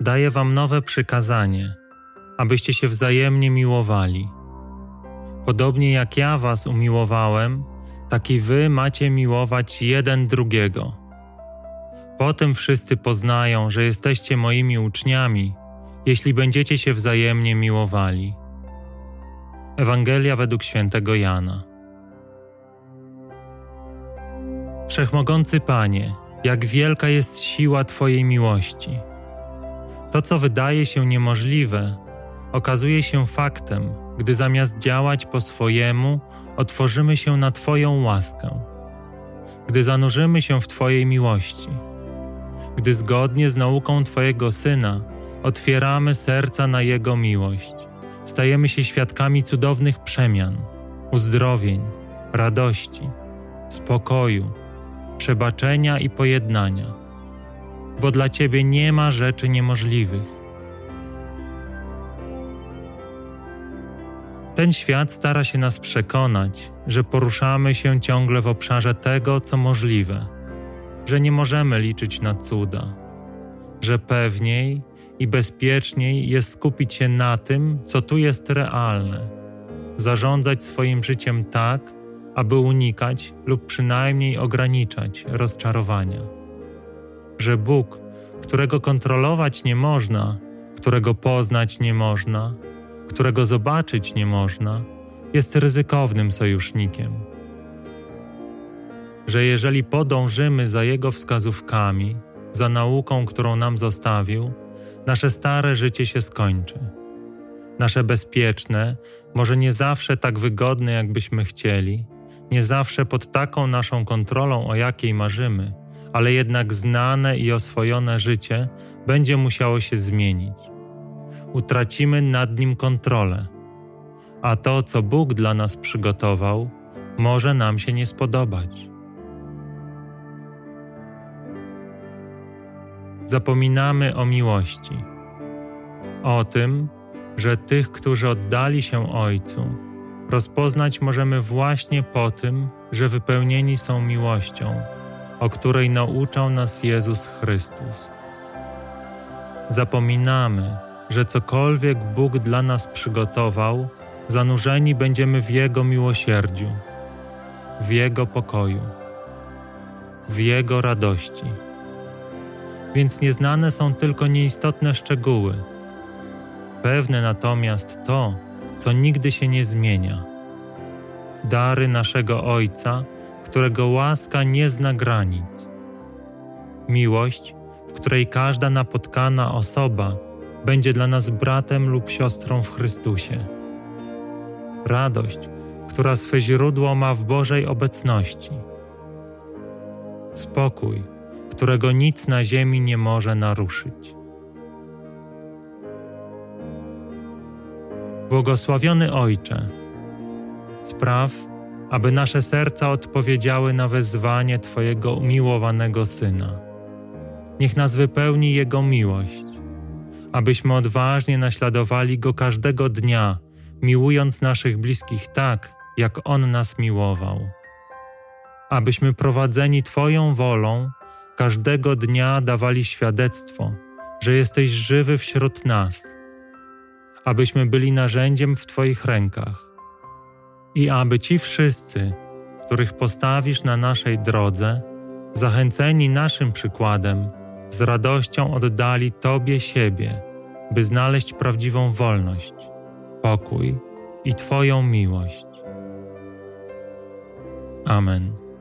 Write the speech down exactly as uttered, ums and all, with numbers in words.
Daję wam nowe przykazanie, abyście się wzajemnie miłowali. Podobnie jak ja was umiłowałem, tak i wy macie miłować jeden drugiego. Po tym wszyscy poznają, że jesteście moimi uczniami, jeśli będziecie się wzajemnie miłowali. Ewangelia według świętego Jana. Wszechmogący Panie, jak wielka jest siła Twojej miłości. To, co wydaje się niemożliwe, okazuje się faktem, gdy zamiast działać po swojemu, otworzymy się na Twoją łaskę. Gdy zanurzymy się w Twojej miłości. Gdy zgodnie z nauką Twojego Syna otwieramy serca na Jego miłość. Stajemy się świadkami cudownych przemian, uzdrowień, radości, spokoju, przebaczenia i pojednania, bo dla Ciebie nie ma rzeczy niemożliwych. Ten świat stara się nas przekonać, że poruszamy się ciągle w obszarze tego, co możliwe, że nie możemy liczyć na cuda, że pewniej i bezpieczniej jest skupić się na tym, co tu jest realne, zarządzać swoim życiem tak, aby unikać lub przynajmniej ograniczać rozczarowania. Że Bóg, którego kontrolować nie można, którego poznać nie można, którego zobaczyć nie można, jest ryzykownym sojusznikiem. Że jeżeli podążymy za Jego wskazówkami, za nauką, którą nam zostawił, nasze stare życie się skończy. Nasze bezpieczne, może nie zawsze tak wygodne, jakbyśmy chcieli, nie zawsze pod taką naszą kontrolą, o jakiej marzymy, ale jednak znane i oswojone życie będzie musiało się zmienić. Utracimy nad nim kontrolę, a to, co Bóg dla nas przygotował, może nam się nie spodobać. Zapominamy o miłości, o tym, że tych, którzy oddali się Ojcu, rozpoznać możemy właśnie po tym, że wypełnieni są miłością, o której nauczał nas Jezus Chrystus. Zapominamy, że cokolwiek Bóg dla nas przygotował, zanurzeni będziemy w Jego miłosierdziu, w Jego pokoju, w Jego radości. Więc nieznane są tylko nieistotne szczegóły. Pewne natomiast to, co nigdy się nie zmienia. Dary naszego Ojca, którego łaska nie zna granic. Miłość, w której każda napotkana osoba będzie dla nas bratem lub siostrą w Chrystusie. Radość, która swe źródło ma w Bożej obecności. Spokój, którego nic na ziemi nie może naruszyć. Błogosławiony Ojcze, spraw, aby nasze serca odpowiedziały na wezwanie Twojego umiłowanego Syna. Niech nas wypełni Jego miłość, abyśmy odważnie naśladowali Go każdego dnia, miłując naszych bliskich tak, jak On nas miłował. Abyśmy prowadzeni Twoją wolą każdego dnia dawali świadectwo, że jesteś żywy wśród nas, abyśmy byli narzędziem w Twoich rękach i aby ci wszyscy, których postawisz na naszej drodze, zachęceni naszym przykładem, z radością oddali Tobie siebie, by znaleźć prawdziwą wolność, pokój i Twoją miłość. Amen.